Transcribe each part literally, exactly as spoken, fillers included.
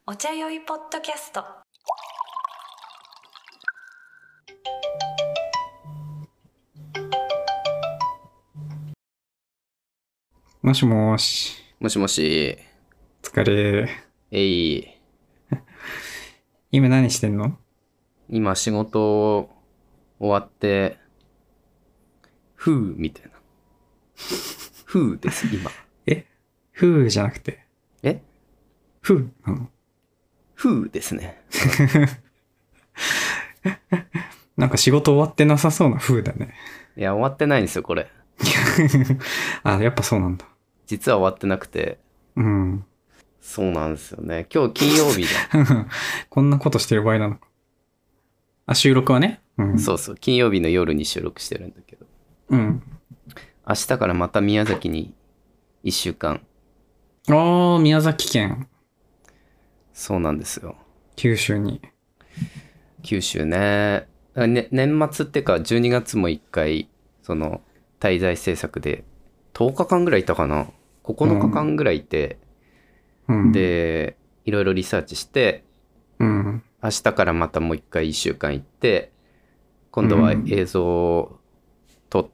お茶酔いポッドキャスト。 もしもーし。 もしもし。 疲れ。 えい。 今何してんの？ 今仕事終わって、ふうみたいな。ふうです、今。 えふうじゃなくて。 えふうなの？ ふうですね。 なんか仕事終わってなさそうなふうだね。 いや、終わってないんですよ、これ。 あ、やっぱそうなんだ。 実は終わってなくて。 うん。 そうなんですよね。今日金曜日じゃん。 こんなことしてる場合なのか。あ、収録はね。うん。 そうそう。金曜日の夜に収録してるんだけど。 うん。 明日からまた宮崎にいっしゅうかん。 あー、宮崎県。 そうなんですよ。 九州に。 九州ね。ね、年末ってかじゅうにがつもいっかい、その、滞在制作で、とおかかんぐらいいたかな。ここのかかんぐらいいて、 うん、 で、いろいろリサーチして、 うん、 明日からまたもういっかいいっしゅうかん行って、今度は映像を撮って、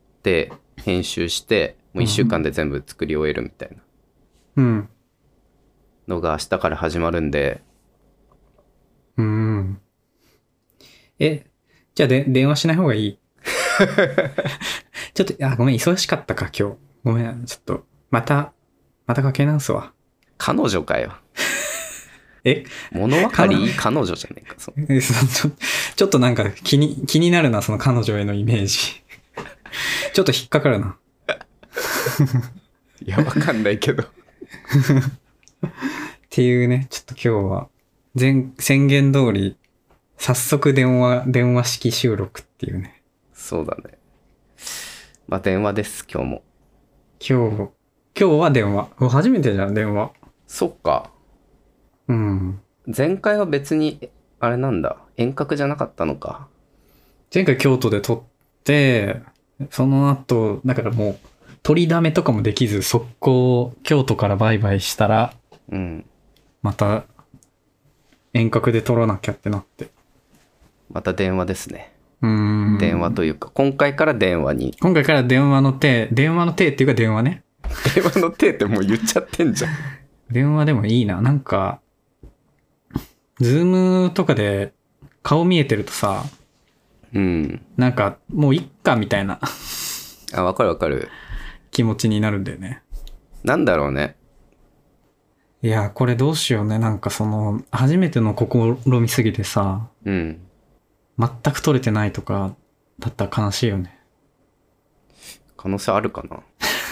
編集して、もういっしゅうかんで全部作り終えるみたいな。 うん。 のが明日から始まるんで。 うん。え、じゃあで電話しない方がいい？ちょっと、あ、ごめん、忙しかったか、今日。ごめん、ちょっと、また、またかけ直すわ。 彼女かよ。 え物分かりいい彼女じゃねえか。そえそちょちょっとなんか気に、気になるな、その彼女へのイメージ。ちょっと引っかかるな。 いや、わかんないけど。 っていうね、ちょっと今日は、前、宣言通り、早速電話、電話式収録っていうね。 そうだね。まあ、電話です、今日も。 今日、今日は電話。初めてじゃん、電話。 そっか。 うん。 前回は別に、あれなんだ。遠隔じゃなかったのか。 前回京都で撮って、その後、だからもう、取りだめとかもできず、速攻、京都からバイバイしたら、 うん。 また、遠隔で撮らなきゃってなって。 また電話ですね。 うーん。 電話というか、今回から電話に。 今回から電話の手、電話の手っていうか電話ね。 電話の手ってもう言っちゃってんじゃん。 電話でもいいな。なんか、ズームとかで顔見えてるとさ、 うん。 なんかもういっかみたいなあ、わかるわかる。 気持ちになるんだよね。 なんだろうね。 いや、これどうしようね。なんかその、初めての試みすぎてさ、 うん。 全く取れてないとかだったら悲しいよね。 可能性あるかな。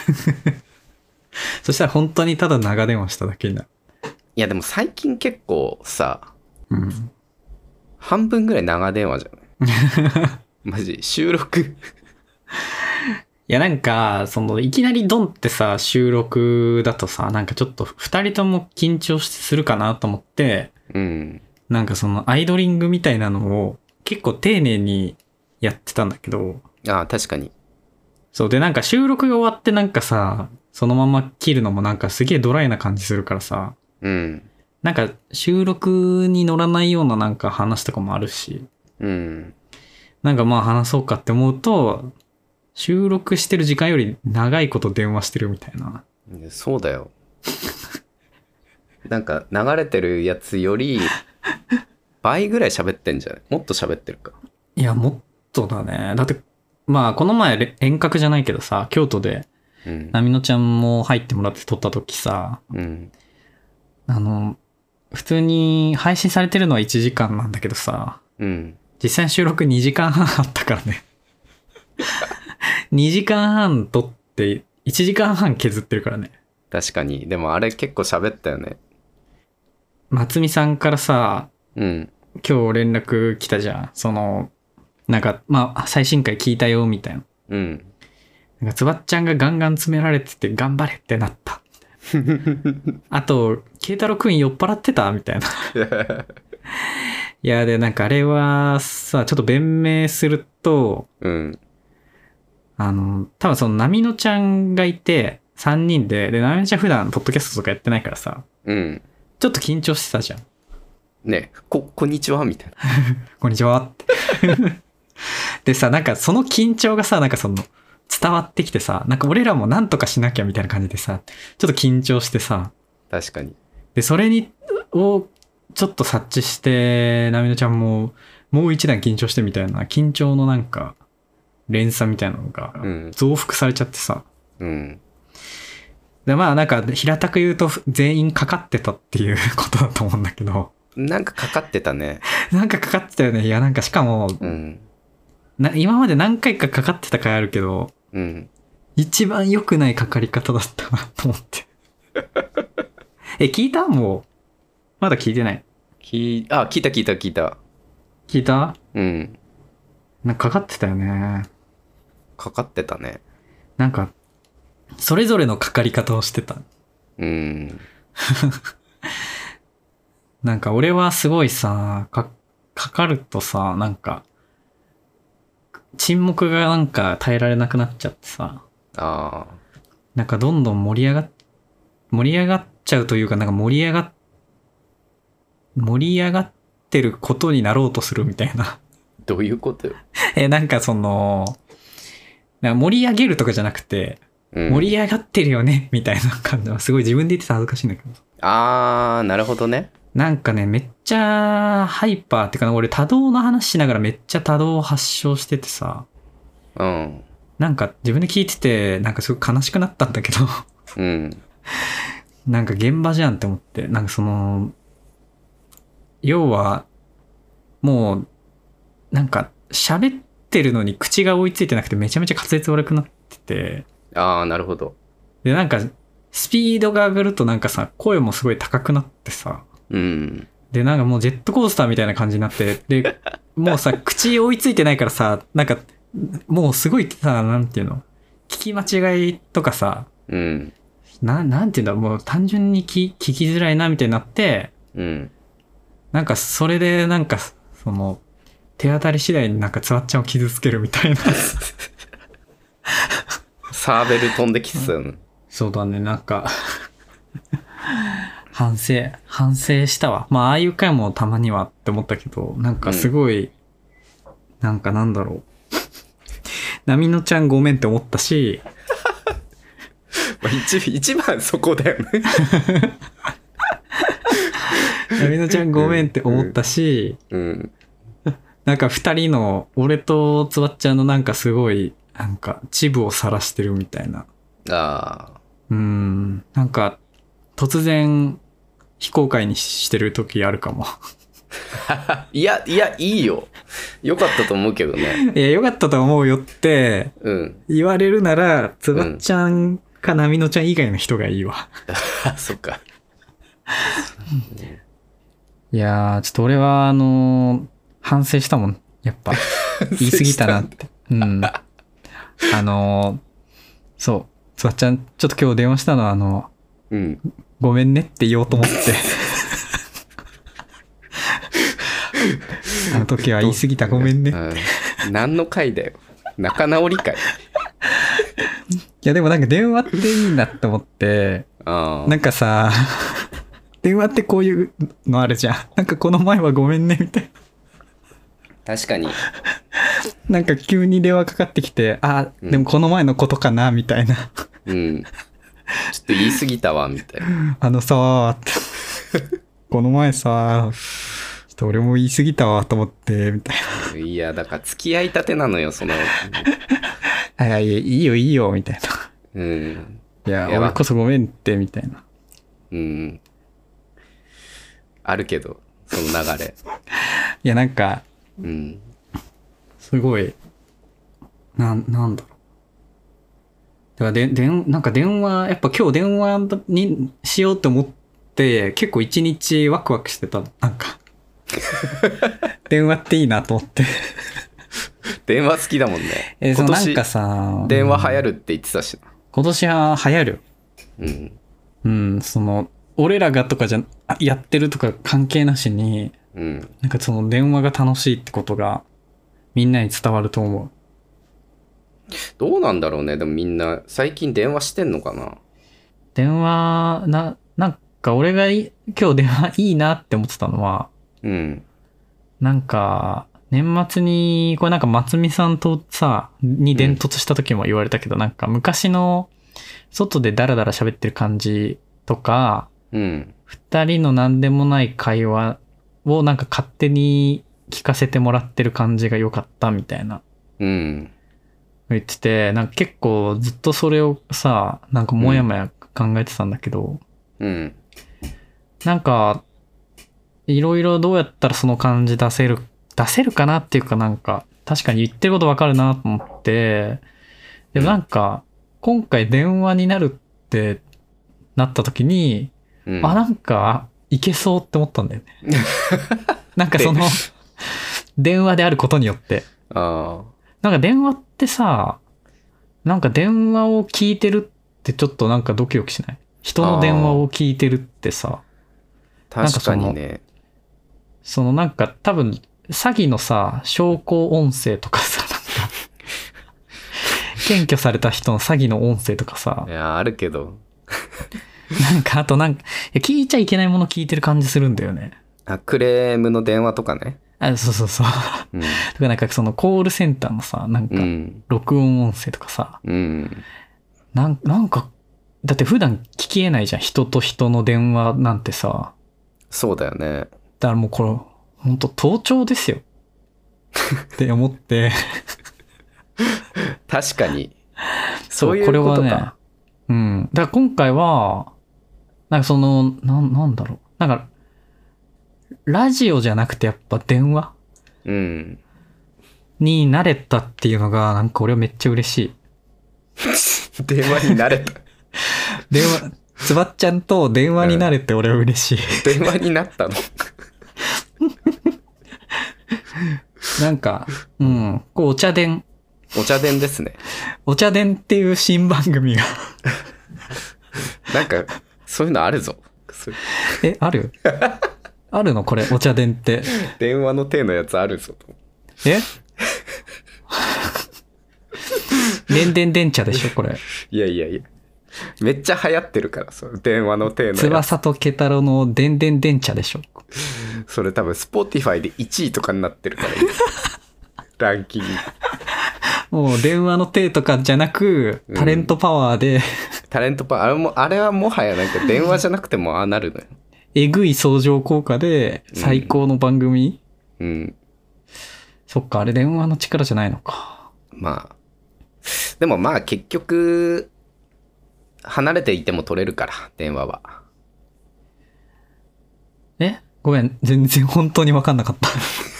そしたら本当にただ長電話しただけになる。 いやでも最近結構さ、 うん。 半分ぐらい長電話じゃないマジ収録いやなんか、その、いきなりドンってさ、収録だとさ、なんかちょっと二人とも緊張するかなと思って、 うん。 なんかそのアイドリングみたいなのを結構丁寧にやってたんだけど、 ああ、確かに。 そうでなんか収録が終わってなんかさ、そのまま切るのもなんかすげえドライな感じするからさ、 うん。 なんか収録に乗らないようななんか話とかもあるし、 うん。 なんかまあ話そうかって思うと、収録してる時間より長いこと電話してるみたいな。 そうだよ。なんか流れてるやつより倍ぐらい喋ってんじゃない？もっと喋ってるか。 いや、もっとだね。だって、まあこの前遠隔じゃないけどさ、京都で、 うん。 なみのちゃんも入ってもらって撮った時さ、 うん。 あの、普通に配信されてるのはいちじかんなんだけどさ、 うん。 実際収録にじかんはんあったからね。にじかんはん撮っていちじかんはん削ってるからね。 確かに。でもあれ結構喋ったよね。 松見さんからさ、 うん。 今日連絡来たじゃん。その、なんか、まあ、最新回聞いたよ、みたいな。 うん。 なんか、つばっちゃんがガンガン詰められてて、頑張れってなった。あと、慶太郎くん酔っ払ってたみたいな。いや、で、なんかあれはさ、ちょっと弁明すると、 うん。 あの、多分その、なみのちゃんがいて、さんにんで、で、なみのちゃん普段、ポッドキャストとかやってないからさ、 うん。 ちょっと緊張してたじゃん。 ねここんにちはみたいな。 こんにちはって。でさ、なんかその緊張がさ、なんかその伝わってきてさ、なんか俺らもなんとかしなきゃみたいな感じでさ、ちょっと緊張してさ、 確かに。 で、それに、をちょっと察知して、なみのちゃんももう一段緊張してみたいな、緊張のなんか連鎖みたいなのが増幅されちゃってさ。 うん。うん、 で、まあなんか平たく言うと全員かかってたっていうことだと思うんだけど。 なんかかかってたね。 なんかかかってたよね。いやなんかしかも、 うん、な今まで何回かかかってた回あるけど、 うん、 一番良くないかかり方だったなと思って。え、聞いた？もう。まだ聞いてない。 聞あ、聞いた聞いた聞いた。 聞いた？ うん。 なんかかかってたよね。 かかってたね。 なんか、それぞれのかかり方をしてた。 うん。 なんか俺はすごいさ、か、かかるとさ、なんか、沈黙がなんか耐えられなくなっちゃってさ。 ああ。 なんかどんどん盛り上がっ、盛り上がっちゃうというか、なんか盛り上がっ、盛り上がってることになろうとするみたいな。 どういうことよ。 え、なんかその、なんか盛り上げるとかじゃなくて、うん、盛り上がってるよねみたいな感じはすごい自分で言ってて恥ずかしいんだけど。 あー、なるほどね。 なんかね、めっちゃハイパーっていうかな、俺多動の話しながらめっちゃ多動を発症しててさ。 うん。 なんか自分で聞いてて、なんかすごい悲しくなったんだけど。 うん。 なんか現場じゃんって思って、なんかその、要は、もう、なんか喋ってるのに口が追いついてなくてめちゃめちゃ滑舌悪くなってて。 ああ、なるほど。 で、なんか、スピードが上がるとなんかさ、声もすごい高くなってさ。 うん。 で、なんかもうジェットコースターみたいな感じになって、で、もうさ、口追いついてないからさ、なんか、もうすごいさ、なんていうの、聞き間違いとかさ、 うん。 な、なんていうんだ、もう単純に聞、聞きづらいなみたいになって、 うん。 なんかそれでなんか、その、手当たり次第になんかつわっちゃんを傷つけるみたいな。 サーベル飛んできてたよね。 そうだね、なんか、反省、反省したわ。まあ、ああいう回もたまにはって思ったけど、なんかすごい、うん、なんかなんだろう。なみのちゃんごめんって思ったし、 一, 一番そこだよね。 なみのちゃんごめんって思ったし、 うんうん、 なんか二人の、俺とつばっちゃんのなんかすごい、なんか、チブを晒してるみたいな。 ああ。 うーん。なんか、突然、非公開にしてる時あるかも。 いや、いや、いいよ。よかったと思うけどね。 いや、よかったと思うよって、 うん、 言われるなら、つばっちゃんかなみのちゃん以外の人がいいわ。 あ、そっか。 いやー、ちょっと俺は、あのー、反省したもん。やっぱ、言い過ぎたなって。うん。あのー、そう。つばっちゃん、ちょっと今日電話したのは、あの、 うん、 ごめんねって言おうと思って。あの時は言い過ぎた、ごめんね。 うん、何の回だよ。仲直り会。いや、でもなんか電話っていいなって思って、 あなんかさ、電話ってこういうのあるじゃん。なんかこの前はごめんねみたいな。 確かに。 なんか急に電話かかってきて、あ、うん、でもこの前のことかなみたいな。 うん。ちょっと言い過ぎたわみたいな。 あのさーってこの前さ、ちょっと俺も言い過ぎたわと思ってみたいな。 いやだから付き合いたてなのよその。 あいやいやいいよいいよみたいな。 うん。 いや俺こそごめんってみたいな。 うん。あるけどその流れ。 いやなんか。 うん。 すごい。な、なんだろう。だからで、でん、なんか電話、やっぱ今日電話にしようと思って、結構一日ワクワクしてた。なんか。電話っていいなと思って。 電話好きだもんね。 えー、今年なんかさ、 電話流行るって言ってたし。 今年は流行る。 うん。 うん、その、俺らがとかじゃ、やってるとか関係なしに、 うん、 なんかその電話が楽しいってことがみんなに伝わると思う。 どうなんだろうね。でもみんな最近電話してんのかな。 電話ななんか俺がい今日電話いいなって思ってたのは、 うんなんか、年末に、これなんか松見さんとさ、に伝突した時も言われたけど、うん、なんか昔の外でダラダラ喋ってる感じとか、 うん、 二人の何でもない会話をなんか勝手に聞かせてもらってる感じが良かったみたいな。 うん。 言ってて、なんか結構ずっとそれをさ、なんかもやもや考えてたんだけど、 うん。 なんか、いろいろどうやったらその感じ出せる、出せるかなっていうかなんか、確かに言ってることわかるなと思って、でもなんか、今回電話になるってなった時に、うん、あ、なんか、いけそうって思ったんだよね。なんかその、電話であることによって。 あなんか電話ってさ、なんか電話を聞いてるってちょっとなんかドキドキしない？人の電話を聞いてるってさ。 確かにね。 そのなんか多分詐欺のさ、証拠音声とかさ、なんか検挙された人の詐欺の音声とかさ。 いや、あるけど。 なんかあとなんか、聞いちゃいけないもの聞いてる感じするんだよね。 あ、クレームの電話とかね。 あ、そうそうそう。うん、とかなんかそのコールセンターのさ、なんか録音音声とかさ、 うん、 なん、なんか、だって普段聞きえないじゃん。人と人の電話なんてさ。 そうだよね。 だからもうこれ、ほんと盗聴ですよ。って思って。 確かに。そういうことか。これはね。 うん。だから今回は、なんかその、な、なんだろう。なんか、ラジオじゃなくてやっぱ電話うん。 に慣れたっていうのが、なんか俺はめっちゃ嬉しい。 電話に慣れた電話、つばっちゃんと電話に慣れて俺は嬉しい。 電話になったのなんか、うん。こうお茶電。 お茶電ですね。 お茶電っていう新番組が。 なんか、そういうのあるぞ。 え、あるあるのこれ、お茶電って。 電話の手のやつあるぞ。 え電電電茶でしょこれ。 いやいやいや。めっちゃ流行ってるから、その電話の手のやつ。 翼とケタロの電電電茶でしょ。 それ多分、Spotify でいちいとかになってるから、ランキング。 もう電話の手とかじゃなく、タレントパワーで、うん、 タレントパワー、あれも、あれはもはやなんか電話じゃなくてもああなるのよ。 えぐい相乗効果で最高の番組、 うん、うん。 そっか、あれ電話の力じゃないのか。 まあ。でもまあ結局、離れていても取れるから、電話は。 え？ごめん、全然本当に分かんなかった。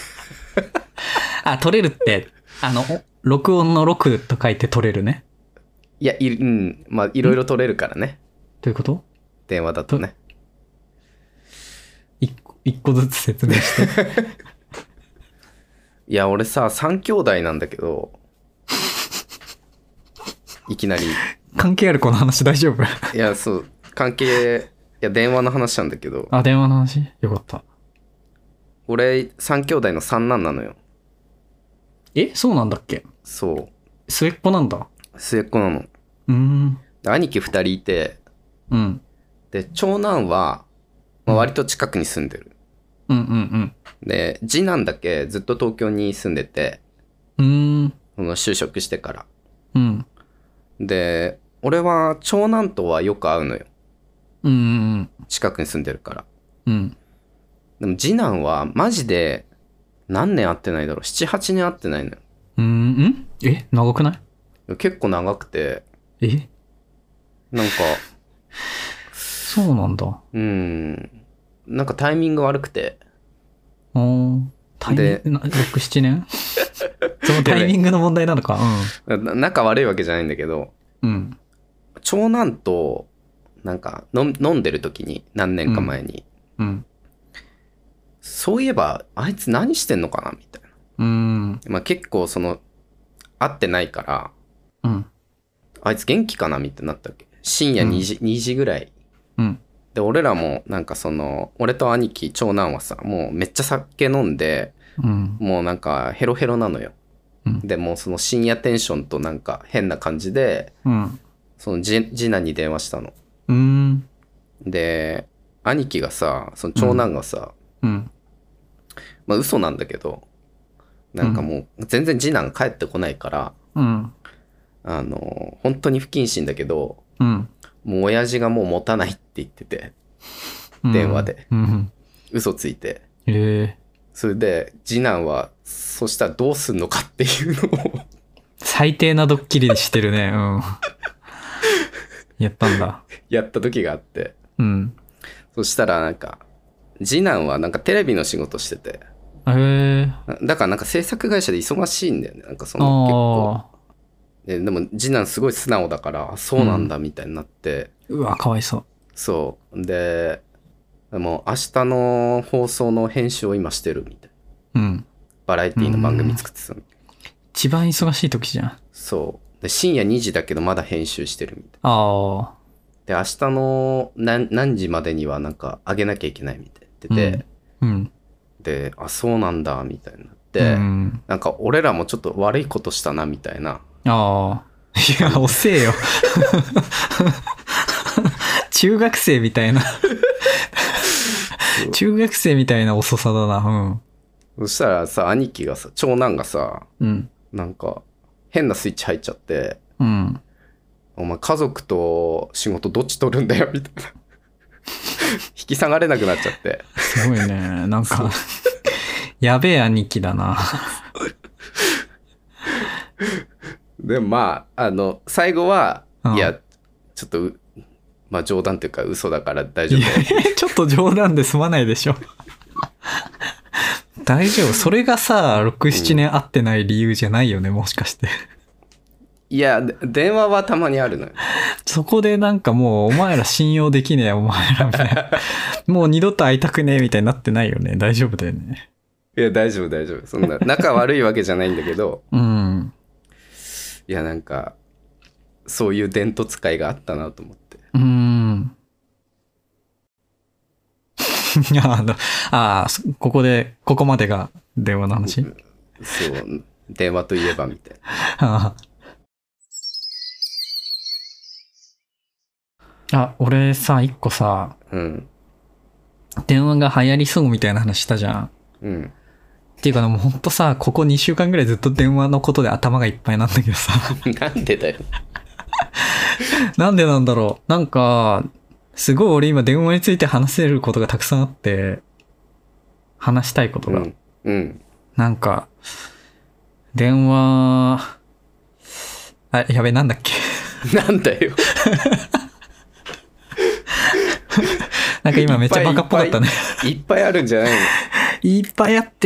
あ、取れるって、あの、録音の録と書いて取れるね。 いや、い、うん。まあ、いろいろ取れるからね。 どういうこと？ 電話だとね。 一個、一個ずつ説明して。 いや、俺さ、三兄弟なんだけど、いきなり。 関係あるこの話大丈夫？ いや、そう、関係、いや、電話の話なんだけど。 あ、電話の話？よかった。 俺、三兄弟の三男なのよ。 え、そうなんだっけ？ そう。 末っ子なんだ。 末っ子なの。 うーん。 兄貴二人いて、 うん。 で、長男は、まあ、割と近くに住んでる。 うんうんうん。 で、次男だけずっと東京に住んでて、 うーん。 その就職してから。 うん。 で、俺は長男とはよく会うのよ。 うんうんうん。 近くに住んでるから。 うん。 でも次男はマジで何年会ってないだろう。なな、はちねん会ってないのよ。 うーん、んえ長くない？ 結構長くて。 えなんか。 そうなんだ。 うん。なんかタイミング悪くて。 あー。タイミング、ろく、ななねんそのタイミングの問題なのか。 うん。仲悪いわけじゃないんだけど。 うん。 長男と、なんか飲、飲んでる時に、何年か前に。 うん。うん、 そういえば、あいつ何してんのかなみたいな。 うん。 まあ結構その、会ってないから、 うん。 あいつ元気かなみたいになったわけ。深夜にじ、うん、にじぐらい。 うん。 で、俺らもなんかその、俺と兄貴、長男はさ、もうめっちゃ酒飲んで、 うん、 もうなんかヘロヘロなのよ。うん、で、もうその深夜テンションとなんか変な感じで、 うん、 その次次男に電話したの。 うん、 で、兄貴がさ、その長男がさ、 うん、 まあ嘘なんだけど、なんかもう全然次男帰ってこないから、 うん。 あの、本当に不謹慎だけど、 うん。 もう親父がもう持たないって言ってて、電話で。 うん。うん、 嘘ついて。 へえ。 それで、次男は、そしたらどうすんのかっていうのを最低なドッキリしてるね。うん。やったんだ。 やった時があって。 うん。 そしたらなんか、次男はなんかテレビの仕事してて。 へえ。 だからなんか制作会社で忙しいんだよね。なんかその結構。で, でも次男すごい素直だから、そうなんだみたいになって。 うん、うわ、かわいそう。 そう。で、でも明日の放送の編集を今してるみたいな。うん。 バラエティの番組作ってたの。 一番忙しい時じゃん。 そう。で、深夜にじだけどまだ編集してるみたいな。 ああ。 で、明日の 何, 何時までにはなんか上げなきゃいけないみたいな言ってて、 うん。うん、 で、あ、そうなんだみたいになって、うん、なんか俺らもちょっと悪いことしたなみたいな。 ああ。いや、遅えよ。中学生みたいな。中学生みたいな遅さだな。 うん。そしたらさ、兄貴がさ、長男がさ、 うん、 なんか変なスイッチ入っちゃって、 うん、 お前家族と仕事どっち取るんだよみたいな。引き下がれなくなっちゃって。 すごいね。なんかやべえ兄貴だな。 でもまああの最後は、 うん、 いやちょっとまあ冗談っていうか嘘だから大丈夫だよ。 ちょっと冗談で済まないでしょ。大丈夫。それがさ、ろく、ななねん会ってない理由じゃないよね、もしかして。 いや、電話はたまにあるのよ。 そこでなんかもう、お前ら信用できねえよ、お前らみたいな。もう二度と会いたくねえみたいになってないよね。大丈夫だよね。 いや、大丈夫、大丈夫。そんな、仲悪いわけじゃないんだけど。 うん。 いや、なんか、そういう伝統使いがあったなと思って。 うーん。あの、ああ、ここで、ここまでが電話の話？そう、 電話といえばみたいな。あ、俺さ、一個さ、 うん、 電話が流行りそうみたいな話したじゃん。 うん。 っていうか、もうほんとさ、ここにしゅうかんぐらいずっと電話のことで頭がいっぱいなんだけどさ。 なんでだよ。 なんでなんだろう。なんか、すごい俺今電話について話せることがたくさんあって、話したいことが。 うん。うん、 なんか、電話、あ、やべ、なんだっけ。 なんだよ。 なんか今めっちゃバカっぽかったね。 いっぱいあるんじゃないの？ いっぱいあって、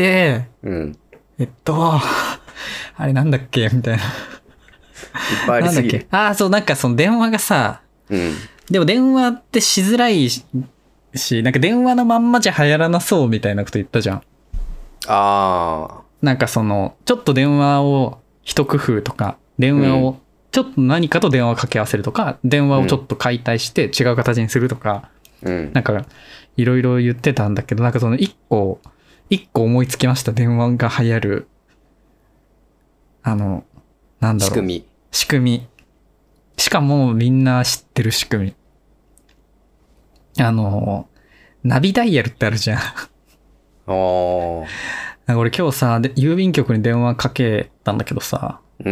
うん。 えっと、あれなんだっけみたいな。いっぱいありすぎる。 なんだっけ？ああ、そう、なんかその電話がさ、 うん。 でも電話ってしづらいし、なんか電話のまんまじゃ流行らなそうみたいなこと言ったじゃん。 ああ。 なんかその、ちょっと電話を一工夫とか、電話を、ちょっと何かと電話を掛け合わせるとか、電話をちょっと解体して違う形にするとか、うん、なんかいろいろ言ってたんだけど、なんかその一個、一個思いつきました。電話が流行る、あの、なんだろう。仕組み。仕組み。しかもみんな知ってる仕組み。あの、ナビダイヤルってあるじゃん。ああ。なんか俺今日さ、郵便局に電話かけたんだけどさ、うん。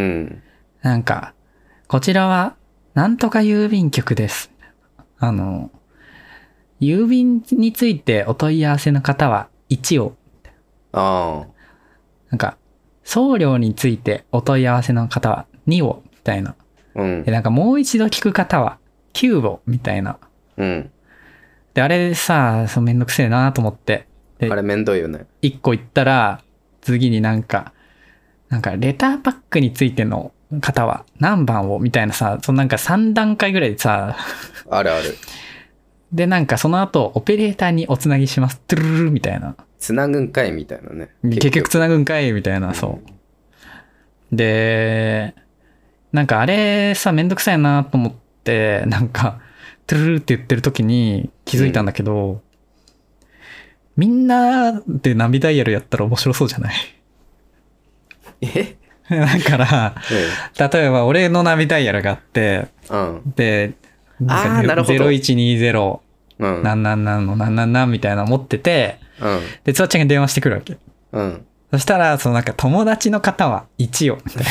なんか、こちらは、なんとか郵便局です。あの、郵便についてお問い合わせの方はいちを。ああ。なんか、送料についてお問い合わせの方はにを、みたいな。うん。で、なんかもう一度聞く方はきゅうを、みたいな。うん。で、あれさ、そうめんどくせえなと思って。あれめんどいよね。いっこ言ったら、次になんか、なんかレターパックについての方は何番をみたいなさ、そのなんかさん段階ぐらいでさ、あるある。で、なんかその後、オペレーターにおつなぎします。トゥルルルみたいな。つなぐんかいみたいなね。結局つなぐんかいみたいな、そう。で、なんかあれさ、めんどくさいなと思って、なんか、トゥルルルって言ってる時に気づいたんだけど、うん、みんなでナビダイヤルやったら面白そうじゃない？えだから、うん、例えば俺のナビダイヤルがあって、うん、で、なんかゼロいちにゼロうん。 なんなんなんのなんなんなんみたいなの持ってて、 うん。 で、つばちゃんが電話してくるわけ。 うん。 そしたら、そのなんか友達の方はいちを、みたいな。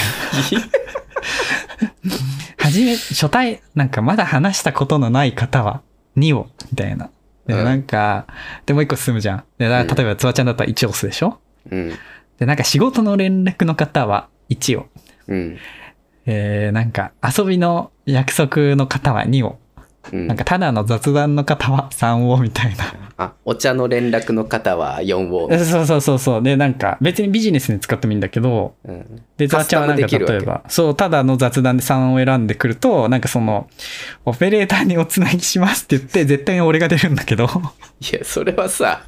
はじめ、初対、なんかまだ話したことのない方はにを、みたいな。で、 うんなんか、で、もう一個進むじゃん。で、だから例えばつばちゃんだったらいちを押すでしょ。 うん。 で、なんか仕事の連絡の方はいちを。 うん。 えー、なんか遊びの約束の方はにを。 うん。 なんかただの雑談の方はさんを、みたいな。 あ、お茶の連絡の方はよんを。 そうそうそうそう。で、なんか別にビジネスに使ってもいいんだけど、 うん。 で、ザワちゃんはなんか例えば、そう、ただの雑談でさんを選んでくると、なんかその、オペレーターにおつなぎしますって言って、絶対に俺が出るんだけど。 いや、それはさ、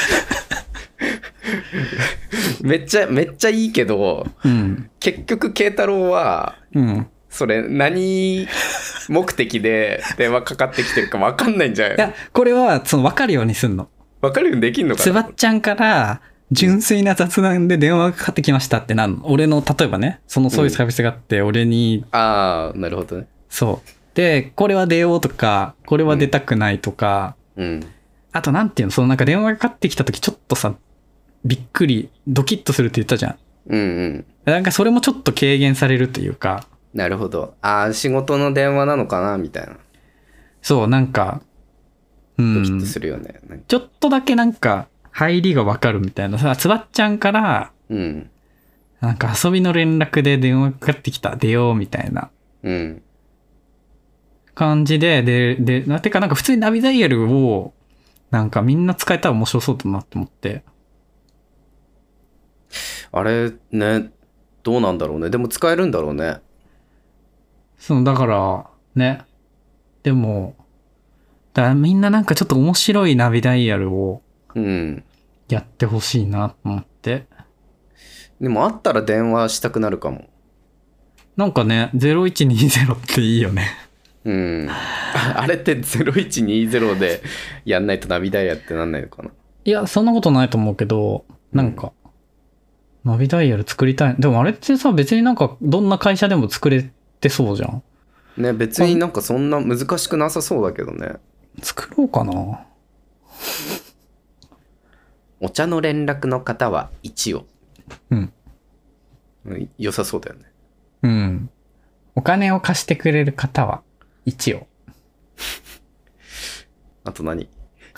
めっちゃ、めっちゃいいけど、 うん。 結局、慶太郎は、 うん。 それ、何目的で電話かかってきてるか分かんないんじゃないの？ いや、これは、その、分かるようにすんの。 分かるようにできんのかつばな？ っちゃんから、純粋な雑談で電話がかかってきましたってなんの。俺の、例えばね、その、そういうサービスがあって、俺に、 ああ、なるほどね。 そう。で、これは出ようとか、これは出たくないとか、 うん。 あとなんていうの、そのなんか電話がかかってきた時ちょっとさ、びっくり、ドキッとするって言ったじゃん。 うんうん。 なんかそれもちょっと軽減されるというか、 なるほど。ああ、仕事の電話なのかなみたいな。 そう、なんか、うドキッとん、 するよね。なんかちょっとだけなんか、入りがわかるみたいなさ、つばっちゃんから、 うん。 なんか遊びの連絡で電話かかってきた、出ようみたいなうん。 感じで、で、で、なてかなんか普通にナビダイヤルを、なんかみんな使えたら面白そうだなって思って。 あれね、どうなんだろうね。でも使えるんだろうね。 その、だから、ね。でも、だからみんななんかちょっと面白いナビダイヤルをうん。 やってほしいなと思って。 でもあったら電話したくなるかも。 なんかね、ゼロいちにゼロっていいよね。 うん。ああれってゼロいちにゼロでやんないとナビダイヤってなんないのかな。 いや、そんなことないと思うけど、なんか、ナビダイヤル作りたい。でもあれってさ、別になんかどんな会社でも作れてそうじゃん。 ね、別になんかそんな難しくなさそうだけどね。 作ろうかな。 お茶の連絡の方はいちを。 うん。 うん良さそうだよね。 うん。お金を貸してくれる方はいちを。 あと何？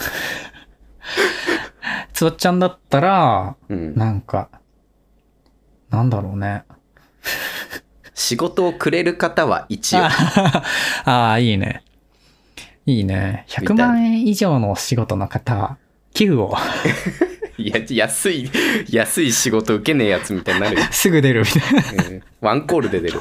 つばっちゃんだったら、 うん。 なんか、なんだろうね。 仕事をくれる方はいちを。 ああ、いいね。いいね。ひゃくまん円以上のお仕事の方はきゅうを。 いや、安い、安い仕事受けねえやつみたいになるよ。 すぐ出るみたいな。 うんワンコールで出る。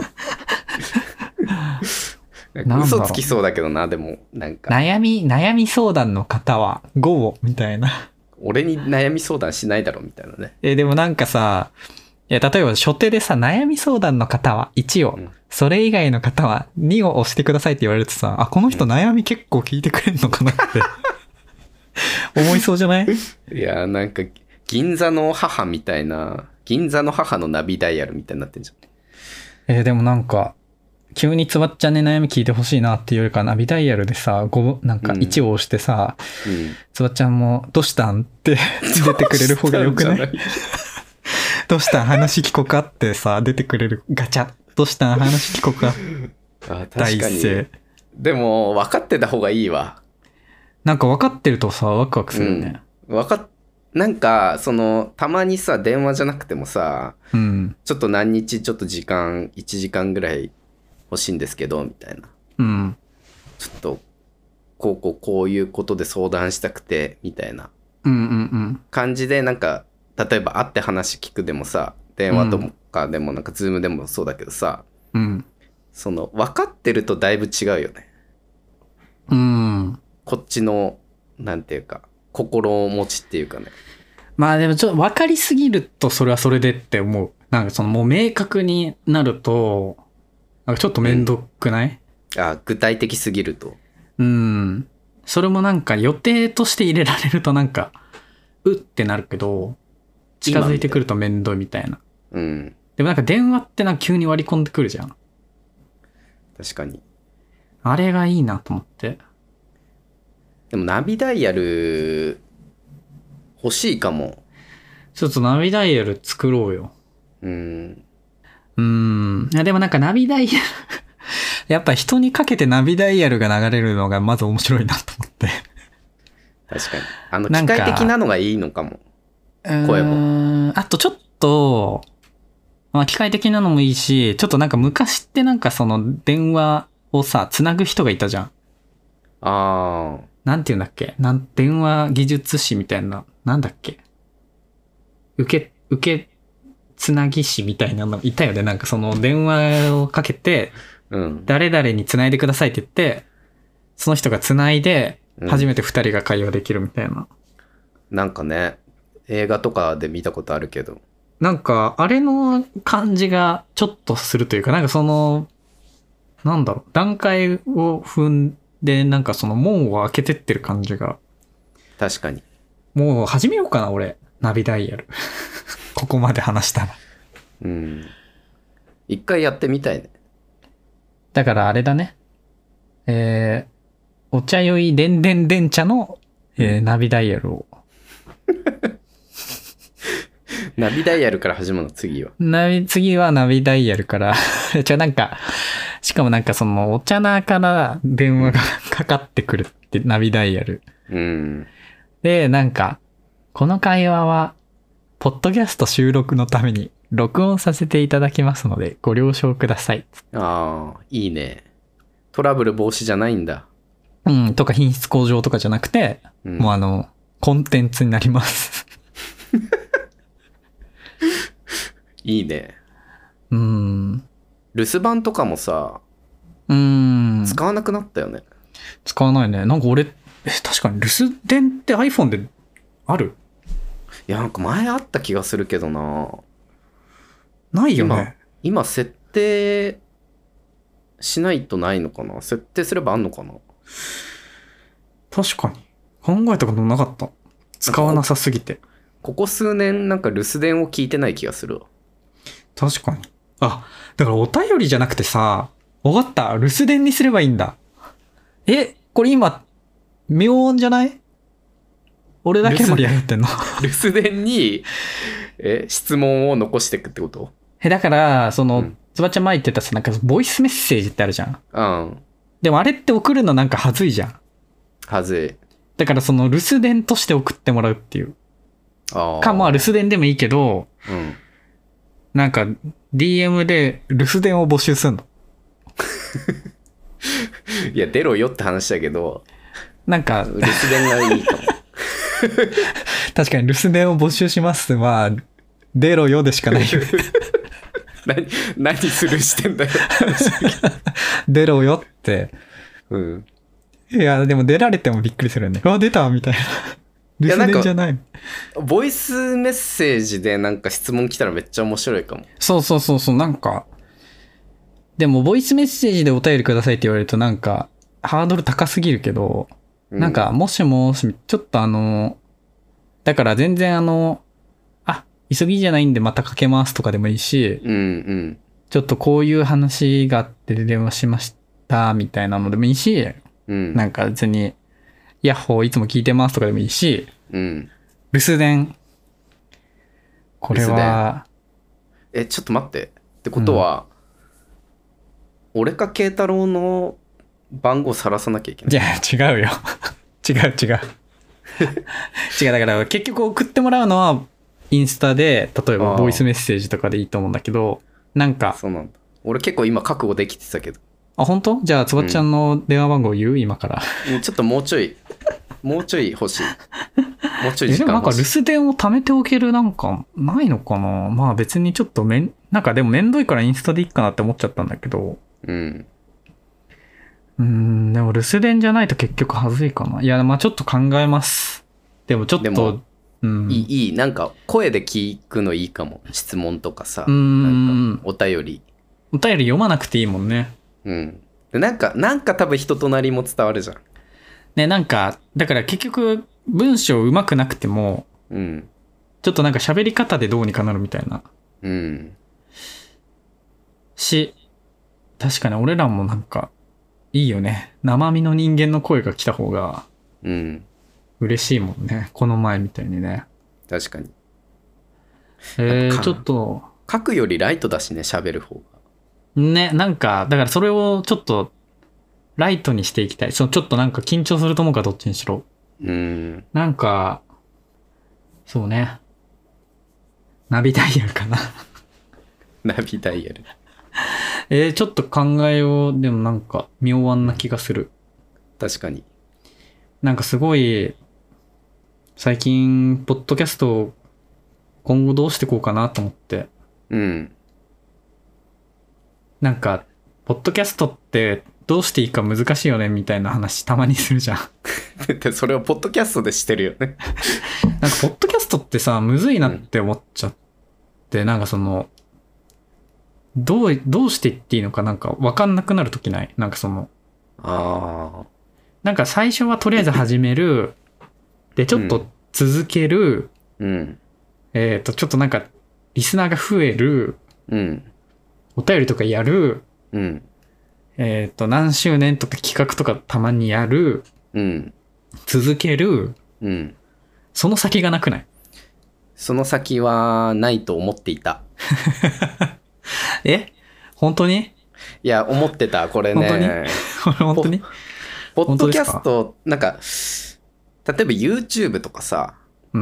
なんだろう嘘つきそうだけどな、でも、なんか、 悩み、悩み相談の方はごを、みたいな。 俺に悩み相談しないだろ、みたいなね。 え、でもなんかさ、いや、例えば初手でさ、悩み相談の方はいちを、 うんそれ以外の方はにを押してくださいって言われるとさ、あ、この人悩み結構聞いてくれんのかなって思いそうじゃない？ いや、なんか、銀座の母みたいな、銀座の母のナビダイヤルみたいになってんじえーでもなんか、急につばっちゃんに悩み聞いてほしいなっていうよりか、ナビダイヤルでさ、ご、なんかいちを押してさ、 ゃん。うん。 つばっちゃんも、どうしたんって出てくれる方がよくない？ どうしたんじゃどうしたん話聞こかってさ、出てくれるガチャ。どうしたん話聞こか。 あ、 第確かに。 一声。 でも、分かってた方がいいわ。 なんか分かってるとさ、ワクワクするよね。 分かっ、なんか、その、たまにさ、電話じゃなくてもさ、 うん。 ちょっと何日、ちょっと時間、いちじかんぐらい欲しいんですけど、みたいな。 うん。 ちょっと、こうこうこういうことで相談したくて、みたいなうんうんうん。 感じで、なんか、例えば会って話聞くでもさ、電話とかでもなんかズームでもそうだけどさ、 うん。 その、分かってるとだいぶ違うよね。 うん。 こっちの、なんていうか、心持ちっていうかね。 まあでもちょっと分かりすぎるとそれはそれでって思う。なんかそのもう明確になると、なんかちょっとめんどくない？ あ、具体的すぎると。 うん。それもなんか予定として入れられるとなんか、うってなるけど、近づいてくるとめんどいみたいな。 うん。 でもなんか電話ってなんか急に割り込んでくるじゃん。 確かに。 あれがいいなと思って。 でもナビダイヤル欲しいかも。 ちょっとナビダイヤル作ろうよ。 うん。 うーん。いやでもなんかナビダイヤルやっぱ人にかけてナビダイヤルが流れるのがまず面白いなと思って。 確かに。あの機械的なのがいいのかも。声も。あとちょっと、まあ機械的なのもいいし、ちょっとなんか昔ってなんかその電話をさ、つなぐ人がいたじゃん。 ああ。 なんて言うんだっけなん、電話技術士みたいな、なんだっけ受け、受けつなぎ師みたいなのいたよね。なんかその電話をかけて、 うん、 誰々につないでくださいって言って、その人がつないで、初めて二人が会話できるみたいな、 うん。なんかね、映画とかで見たことあるけど。 なんか、あれの感じがちょっとするというか、なんかその、なんだろう、段階を踏んで、なんかその門を開けてってる感じが。 確かに。 もう始めようかな、俺。ナビダイヤル。ここまで話したら。 うん。一回やってみたいね。 だからあれだね。えー、お茶酔いでんでんでん茶の、えー、ナビダイヤルを。 ナビダイヤルから始まるの、次は。 ナビ、次はナビダイヤルから。じゃあなんか、しかもなんかその、お茶なから電話がかかってくるって、ナビダイヤル。 うん。 で、なんか、この会話は、ポッドキャスト収録のために録音させていただきますので、ご了承ください。 ああ、いいね。トラブル防止じゃないんだ。 うん、とか品質向上とかじゃなくて、 うん、 もうあの、コンテンツになります。 いいね。 うん。 留守番とかもさ、 うん。 使わなくなったよね。 使わないね。なんか俺、え、確かに留守電って iPhone である？ いや、なんか前あった気がするけどな。 ないよね。 今、今設定しないとないのかな？設定すればあんのかな？ 確かに。考えたことなかった。使わなさすぎて。 ここ数年なんか留守電を聞いてない気がするわ。 確かに。あ、だからお便りじゃなくてさ、わかった。留守電にすればいいんだ。え、これ今、妙音じゃない？俺だけ盛り上がってんの。 留守電に、え、質問を残していくってこと？ え、だから、その、 うん、 つばちゃん前言ってたさ、なんか、ボイスメッセージってあるじゃん。 うん。 でもあれって送るのなんかはずいじゃん。 はずい。 だからその留守電として送ってもらうっていう。 あか、まあ留守電でもいいけど、 うん。 なんか ディーエム で留守電を募集すんの。 いや、出ろよって話だけど、 なんか、 留守電がいいかも。 確かに留守電を募集しますは、出ろよでしかないよね。 何、何するしてんだよ。 出ろよって。 うん。 いや、でも出られてもびっくりするよね。あ、出たみたいな。留守電じゃない。 ボイスメッセージでなんか質問来たらめっちゃ面白いかも。 そうそうそうそう、なんか、でもボイスメッセージでお便りくださいって言われるとなんか、ハードル高すぎるけど、うん、なんか、もしもし、ちょっとあの、だから全然あの、あ、急ぎじゃないんでまたかけますとかでもいいし、 うんうん、 ちょっとこういう話があって電話しましたみたいなのでもいいし、 うん、 なんか別に、ヤッホーいつも聞いてますとかでもいいし、 うん、 留守電。これは、 え、ちょっと待って。ってことは、うん、俺か慶太郎の番号さらさなきゃいけない。 いや、違うよ。違う違う。違う、だから結局送ってもらうのは、インスタで、例えばボイスメッセージとかでいいと思うんだけど、なんか。 そうなんだ。俺結構今覚悟できてたけど。 あ、本当？じゃあ、つばっちゃんの電話番号言う？今から。 ちょっともうちょい、もうちょい欲しい。もうちょい時間欲しい。 でもなんか留守電を貯めておけるなんかないのかな？まあ別にちょっとめん、なんかでもめんどいからインスタでいいかなって思っちゃったんだけど。 うん。 うーん、でも留守電じゃないと結局はずいかな。いや、まあちょっと考えます。でもちょっと、うん、 いい、いい、なんか声で聞くのいいかも。質問とかさ。 うん。 なんかお便り。 お便り読まなくていいもんね。 うん。で、なんか、なんか多分人となりも伝わるじゃん。 ね、なんか、だから結局文章上手くなくても、 うん。 ちょっとなんか喋り方でどうにかなるみたいな。 うん。 し、確かに俺らもなんか、いいよね。生身の人間の声が来た方がうん。 嬉しいもんね。この前みたいにね。 確かに。 えー、 やっぱちょっと、 書くよりライトだしね、喋る方が。 ね、なんか、だからそれをちょっと、ライトにしていきたい。そう、ちょっとなんか緊張すると思うからどっちにしろ。 うん。 なんか、そうね。ナビダイヤルかな。 ナビダイヤル。 えー、ちょっと考えよう。でもなんか、妙案な気がする。 確かに。 なんかすごい、最近、ポッドキャストを今後どうしていこうかなと思って。 うん。 なんか、ポッドキャストってどうしていいか難しいよねみたいな話たまにするじゃん。 でそれをポッドキャストでしてるよね。 なんか、ポッドキャストってさ、むずいなって思っちゃって、うん、なんかその、どう、どうしていっていいのかなんかわかんなくなるときない？なんかその、 ああ。 なんか最初はとりあえず始める。で、ちょっと続ける。 うん。 えっと、ちょっとなんか、リスナーが増える。 うん。 お便りとかやる。 うん。 えっと、何周年とか企画とかたまにやる。 うん。 続ける。 うん。 その先がなくない？ その先はないと思っていた。 え？本当に？ いや、思ってた、これね。 本当に？本当に？ ポッドキャスト、なんか、例えば YouTube とかさ、 うん。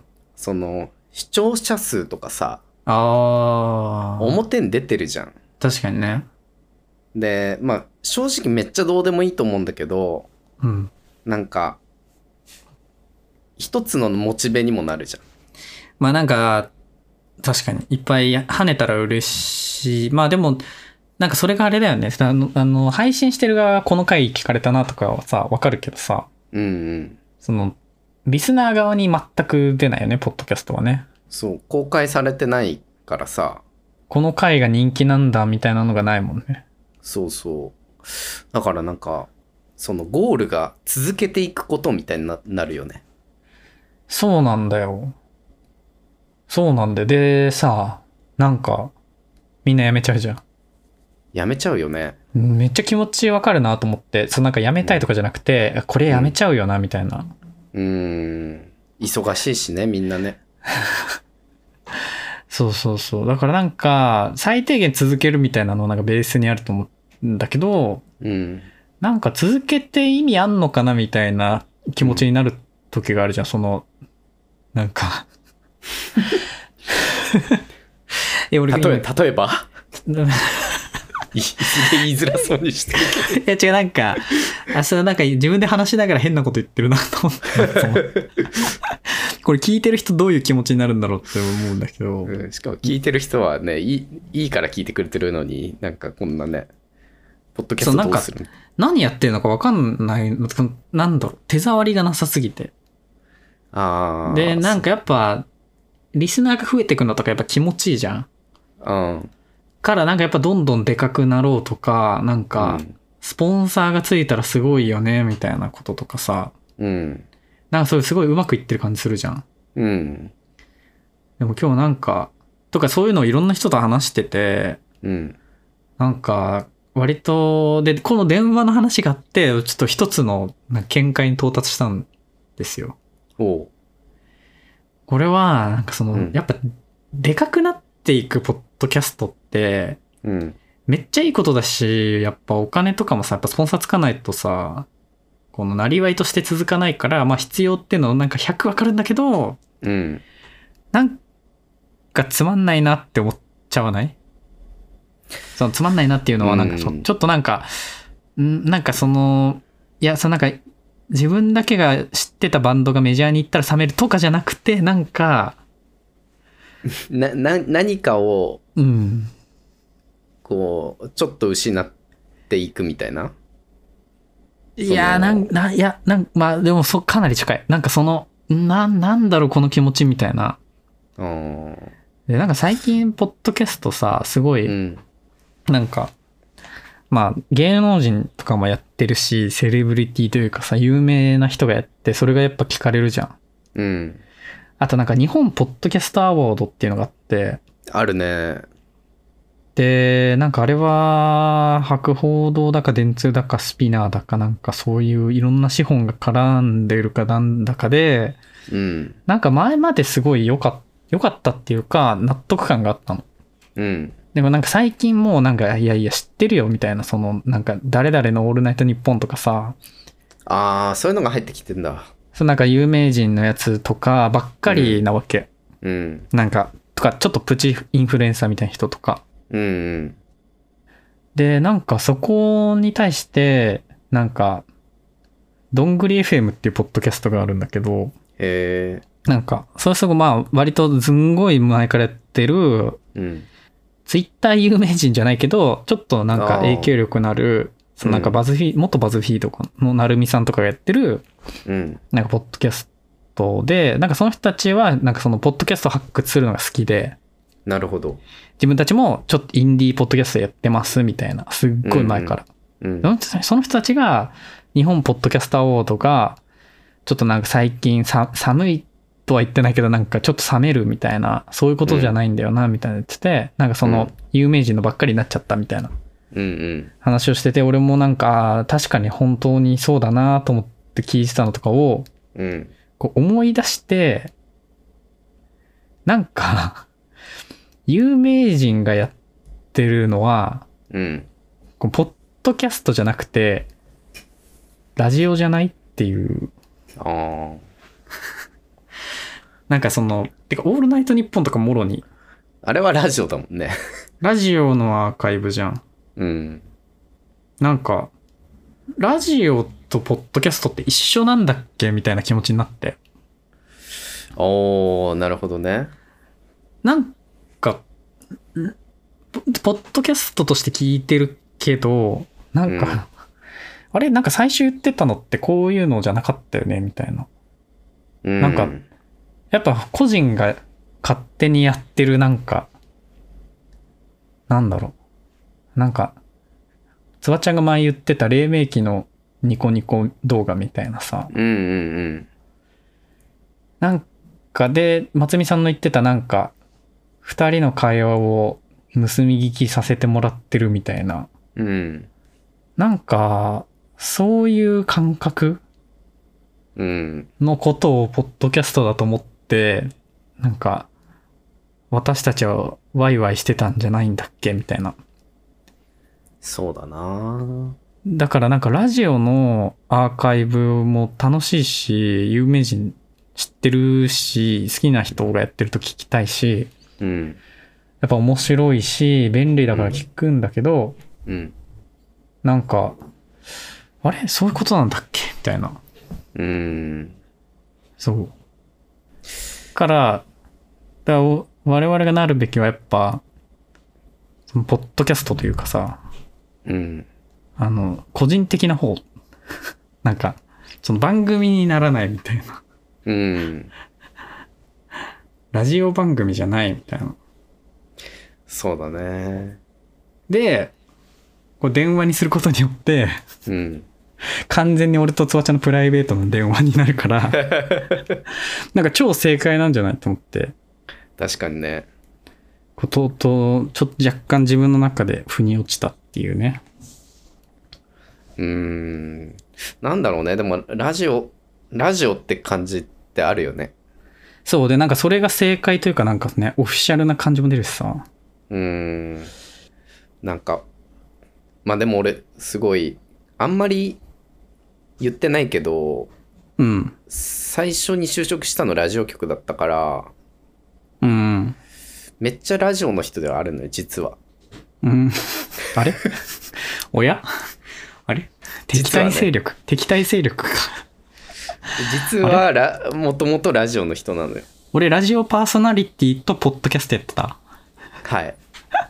その、視聴者数とかさ、 ああ。 表に出てるじゃん。 確かにね。 で、まあ、正直めっちゃどうでもいいと思うんだけど、 うん。 なんか、一つのモチベにもなるじゃん。 まあなんか、確かに、いっぱい跳ねたら嬉しい。まあでも、なんかそれがあれだよね。あの、あの配信してる側がこの回聞かれたなとかはさ、わかるけどさ、 うんうん。 その、リスナー側に全く出ないよね、ポッドキャストはね。 そう、公開されてないからさ。 この回が人気なんだみたいなのがないもんね。 そうそう。だからなんか、そのゴールが続けていくことみたいに な, なるよね。 そうなんだよ。そうなんだよ。で、さ、なんか、みんなやめちゃうじゃん。 やめちゃうよね。 めっちゃ気持ちわかるなと思って、そうなんかやめたいとかじゃなくて、うん、これやめちゃうよなみたいな。 うーん。忙しいしね、みんなね。 そうそうそう。だからなんか、最低限続けるみたいなのなんかベースにあると思うんだけど、 うん。なんか続けて意味あんのかなみたいな気持ちになる時があるじゃん、その、なんか。え、俺例え、例えばすげえ言いづらそうにしてるけど。いや違う、なんか、あ、それなんか自分で話しながら変なこと言ってるなと思って。これ聞いてる人どういう気持ちになるんだろうって思うんだけど。 うん、しかも聞いてる人はね、いい、いいから聞いてくれてるのに、なんかこんなね、ポッドキャストどうするの？ 何やってるのか分かんない、なんだろう、手触りがなさすぎて。 ああ。 で、なんかやっぱ、リスナーが増えてくのとかやっぱ気持ちいいじゃん。 うん。 からなんかやっぱどんどんでかくなろうとか、なんか、スポンサーがついたらすごいよね、みたいなこととかさ。 うん。 なんかそれすごいうまくいってる感じするじゃん。 うん。 でも今日なんか、とかそういうのをいろんな人と話してて、 うん。 なんか、割と、で、この電話の話があって、ちょっと一つの見解に到達したんですよ。 おう。 これは、なんかその、 うん、 やっぱ、でかくなっていくポッドキャストって、 うん、 めっちゃいいことだし、やっぱお金とかもさ、やっぱスポンサーつかないとさ、このなりわいとして続かないから、まあ必要っていうのなんかひゃくわかるんだけど、 うん。 なんかつまんないなって思っちゃわない？そのつまんないなっていうのはなんかそ、うん、ちょっとなんか、んなんかその、いや、そのなんか、自分だけが知ってたバンドがメジャーに行ったら冷めるとかじゃなくて、なんか、 な、な、何かを、 うん。 こう、ちょっと失っていくみたいな。 いや、なん、な、いや、なん、まあでもそ、かなり近い。なんかその、な、なんだろうこの気持ちみたいな。 うん。 で、なんか最近、ポッドキャストさ、すごい、うん、なんか、まあ、芸能人とかもやってるし、セレブリティというかさ、有名な人がやって、それがやっぱ聞かれるじゃん。 うん。 あとなんか日本ポッドキャストアワードっていうのがあって。 あるね。 で、なんかあれは、博報堂だか電通だかスピナーだかなんかそういういろんな資本が絡んでるかなんだかで、 うん。 なんか前まですごい良かった、良かったっていうか納得感があったの。 うん。 でもなんか最近もうなんか、いやいや知ってるよみたいな、そのなんか誰々のオールナイトニッポンとかさ、 ああ、そういうのが入ってきてんだ。 そのなんか有名人のやつとかばっかりなわけ。 うん。 なんか、とかちょっとプチインフルエンサーみたいな人とか。 うんうん。 で、なんかそこに対して、なんか、どんぐり エフエム っていうポッドキャストがあるんだけど、 へえ。 なんか、それすごいまあ、割とすんごい前からやってる、 うん。 ツイッター有名人じゃないけど、ちょっとなんか影響力のある、そのなんかバズフィー、元バズフィードのなるみさんとかがやってる、 うん。 なんかポッドキャストで、なんかその人たちは、なんかそのポッドキャストを発掘するのが好きで、 なるほど。 自分たちもちょっとインディーポッドキャストやってますみたいな、すっごい前から。 うん。 その人その人たちが、日本ポッドキャストアワードが、ちょっとなんか最近さ寒いとは言ってないけど、なんかちょっと冷めるみたいな、そういうことじゃないんだよな、みたいな言ってて、なんかその有名人のばっかりになっちゃったみたいなうんうん。 話をしてて、俺もなんか、確かに本当にそうだなと思って聞いてたのとかを、 うん。 こう思い出して、なんか、有名人がやってるのは、 うん。 こうポッドキャストじゃなくて、ラジオじゃないっていう。 ああ。 なんかその、てか、オールナイトニッポンとかもろに、 あれはラジオだもんね。 ラジオのアーカイブじゃん。 うん。 なんか、ラジオとポッドキャストって一緒なんだっけみたいな気持ちになって。 おー、なるほどね。 なんか、ポポッドキャストとして聞いてるけど、なんか、 うんあれなんか最初言ってたのってこういうのじゃなかったよねみたいな。 うん。 なんかやっぱ個人が勝手にやってるなんか、なんだろう。なんか、つばちゃんが前言ってた黎明期のニコニコ動画みたいなさ。 うんうんうん。 なんかで、松見さんの言ってたなんか、二人の会話を盗み聞きさせてもらってるみたいな。 うん。 なんか、そういう感覚うん。 のことをポッドキャストだと思って、なんか、私たちはワイワイしてたんじゃないんだっけみたいな。 そうだな。 だからなんかラジオのアーカイブも楽しいし、有名人知ってるし、好きな人がやってると聞きたいし、 うん。 やっぱ面白いし、便利だから聞くんだけど、 うん。 なんか、あれそういうことなんだっけみたいな。 うん。 そう。から、だから我々がなるべきはやっぱ、そのポッドキャストというかさ、 うん。 あの、個人的な方。なんか、その番組にならないみたいな。 うん。 ラジオ番組じゃないみたいな。 そうだね。 で、こう電話にすることによって、 うん。 完全に俺とつばちゃんのプライベートの電話になるから、なんか超正解なんじゃないと思って。 確かにね。 ことうとう、ちょっと若干自分の中で腑に落ちたっていうね。 うーん。なんだろうね。でも、ラジオ、ラジオって感じってあるよね。 そうで、なんかそれが正解というかなんかね、オフィシャルな感じも出るしさ。 うーん。なんか、まあでも俺、すごい、あんまり言ってないけど、 うん。 最初に就職したのラジオ局だったから、 うん。 めっちゃラジオの人ではあるのよ、実は。 うん。あれおやあれ敵対勢力、ね、敵対勢力か。 実はラ、もともとラジオの人なのよ。 俺、ラジオパーソナリティとポッドキャストやってた。 はい。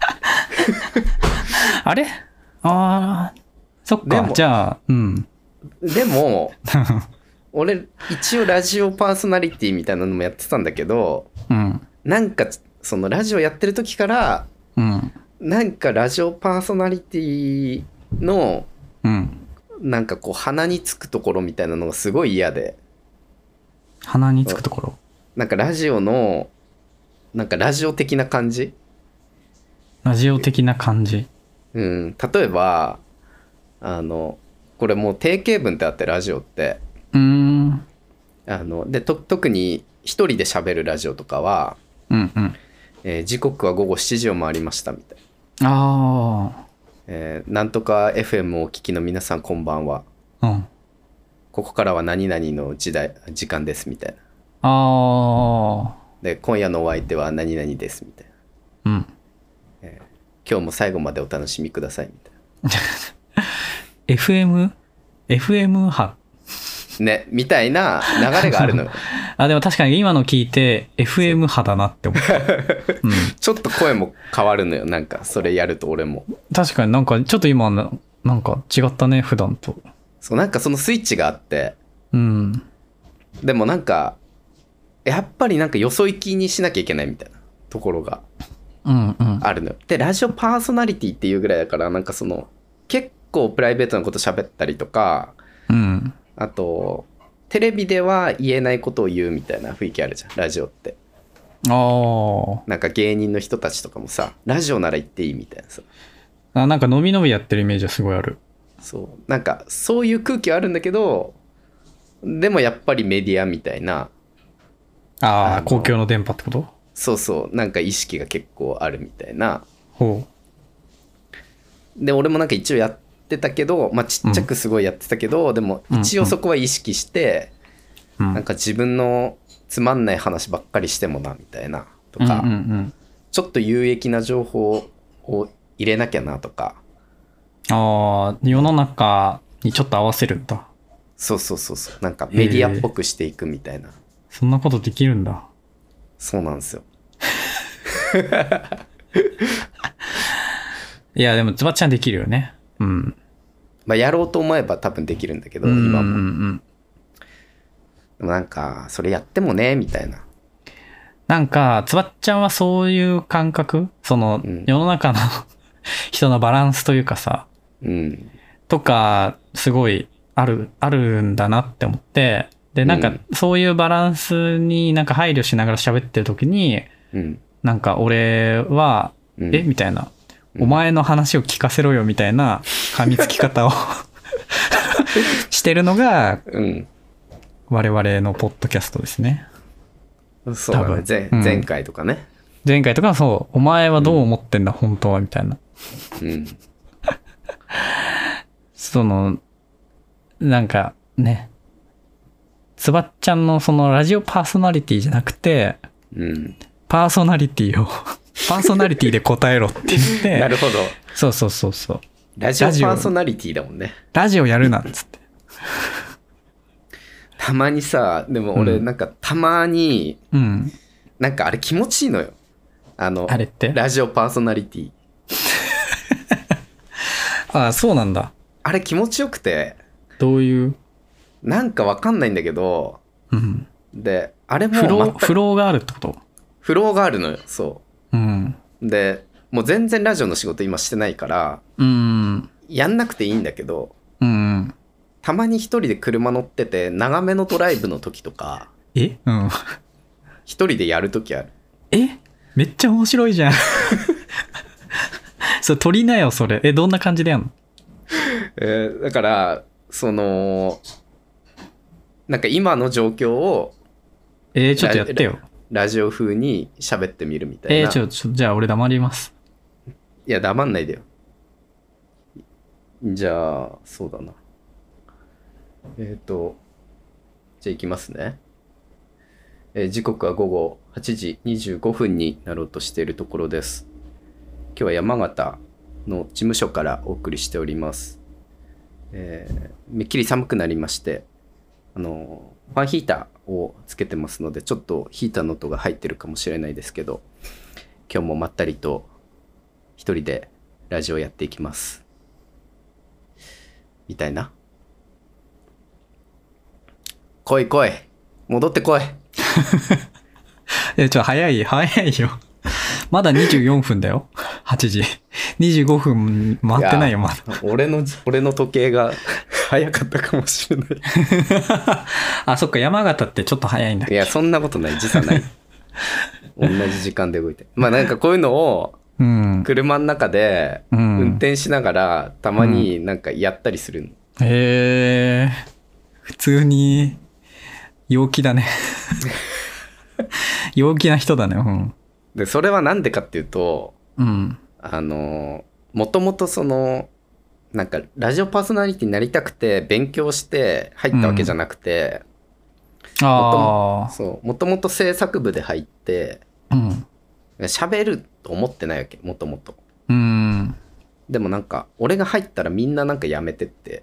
あれあー、そっか、じゃあ、うん。 でも、俺、一応ラジオパーソナリティみたいなのもやってたんだけど、 うん。 なんか、そのラジオやってる時から、 うん。 なんかラジオパーソナリティの、 うん。 なんかこう鼻につくところみたいなのがすごい嫌で。 鼻につくところ。 なんかラジオのなんかラジオ的な感じラジオ的な感じ。 うん、例えばあのこれもう定型文ってあって、ラジオってうーん。 あのでと特に一人で喋るラジオとかは、 うんうん。 えー時刻は午後しちじを回りましたみたいな、 あえーなんとか エフエム をお聞きの皆さんこんばんは、 あ。うん。 ここからは何々の時代時間ですみたいな、 あで今夜のお相手は何々ですみたいな、 あ。うん。 今日も最後までお楽しみくださいみたいエフエム？ エフエム 波。 なね、みたいな流れがあるのよあ、でも確かに今の聞いて エフエム 波だなって思った。うん。 ちょっと声も変わるのよ、なんかそれやると俺も。 確かになんかちょっと今な、なんか違ったね、普段と。 そう、なんかそのスイッチがあって、 うん。 でもなんかやっぱりなんかよそ行きにしなきゃいけないみたいなところがうんうん。 あるのよ。でラジオパーソナリティっていうぐらいだから、なんかその結構プライベートなこと喋ったりとか、 うん。 あとテレビでは言えないことを言うみたいな雰囲気あるじゃん、ラジオって。 あなんか芸人の人たちとかもさ、ラジオなら言っていいみたいなさ、 あ。なんか伸び伸びやってるイメージはすごいある。 そうなんかそういう空気はあるんだけど、でもやっぱりメディアみたいな、 ああ、 あの公共の電波ってこと？ そうそう、なんか意識が結構あるみたいな。 ほで俺もなんか一応やってたけど、まあちっちゃくすごいやってたけど、でも一応そこは意識して、 う。うん。 なんか自分のつまんない話ばっかりしてもなみたいなとか、 うんうんうん。 ちょっと有益な情報を入れなきゃなとか。 ああ、世の中にちょっと合わせるんだ。 そうそうそうそう、なんかメディアっぽくしていくみたいな。 そんなことできるんだ。 そうなんですよ。 いや、でも、つばっちゃんできるよね。うん。 まあやろうと思えば多分できるんだけど、 うん今も。 うんうん。 でもなんかそれやってもねみたいな。 なんか、つばっちゃんはそういう感覚、その、 うん世の中の人のバランスというかさ、 うんとか、すごいある、あるんだなって思って、で、なんかうん、 そういうバランスになんか配慮しながら喋ってる時に、 うんなんか俺は、 うんえみたいな、 うんお前の話を聞かせろよみたいな噛みつき方をしてるのが、 うん我々のポッドキャストですね。 そうだね、 多分前うん前回とかね。 前回とかそう、お前はどう思ってんだ、本当はみたいな。 うんその、なんかね、つばっちゃんのそのラジオパーソナリティじゃなくて、 うんパーソナリティを、パーソナリティで答えろって言って、 なるほど。 そうそうそうそう。 ラジオパラジオーソナリティだもんね。 ラジオやるなっつって。 たまにさ、でも俺うんなんかたまに、 うん。 なんかあれ気持ちいいのよ。あの、 あれってラジオパーソナリティ。 ああ、そうなんだ。 あれ気持ちよくて、 どういう、 なんかわかんないんだけど、 うん。 で、あれもフロー、 全くフローがあるってこと？ フローがあるのよ。そうん。 う。で、もう全然ラジオの仕事今してないから、 うん。 やんなくていいんだけど、 うん。 たまに一人で車乗ってて、長めのドライブの時とか、 えうん。 一人でやる時ある。 えめっちゃ面白いじゃん。それ撮りなよ、それ。え、どんな感じでやんの？ えーだからそのなんか今の状況をえー、ちょっとやってよ。 ラジオ風に喋ってみるみたいな。 えー、ちょ、ちょ、じゃあ俺黙ります。 いや黙んないでよ。じゃあそうだな。えっ、とじゃあ行きますね。えー時刻は午後はちじにじゅうごふんになろうとしているところです。今日は山形の事務所からお送りしております。えーめっきり寒くなりまして、あのファンヒーターをつけてますので、ちょっとヒーターの音が入ってるかもしれないですけど、今日もまったりと一人でラジオやっていきますみたいな。来い来い戻ってこい。 え、ちょ、早い、早いよ。まだにじゅうよんふんだよ。はちじ。にじゅうごふん回ってないよ、まだ。 俺の俺の時計が早かったかもしれない。 あ、そっか、山形ってちょっと早いんだっけ。 いやそんなことない、時差ない。同じ時間で動いて、まあなんかこういうのをうん。 車の中でうん運転しながらたまになんかやったりするの、 へえ。普通に陽気だね。陽気な人だね。うん。 でそれはなんでかっていうとうん。 あのもともとそのなんかラジオパーソナリティになりたくて勉強して入ったわけじゃなくて、 ああ。 そうもともと制作部で入ってうん。 喋ると思ってないわけもともと。 うん。 でもなんか俺が入ったらみんななんかやめてって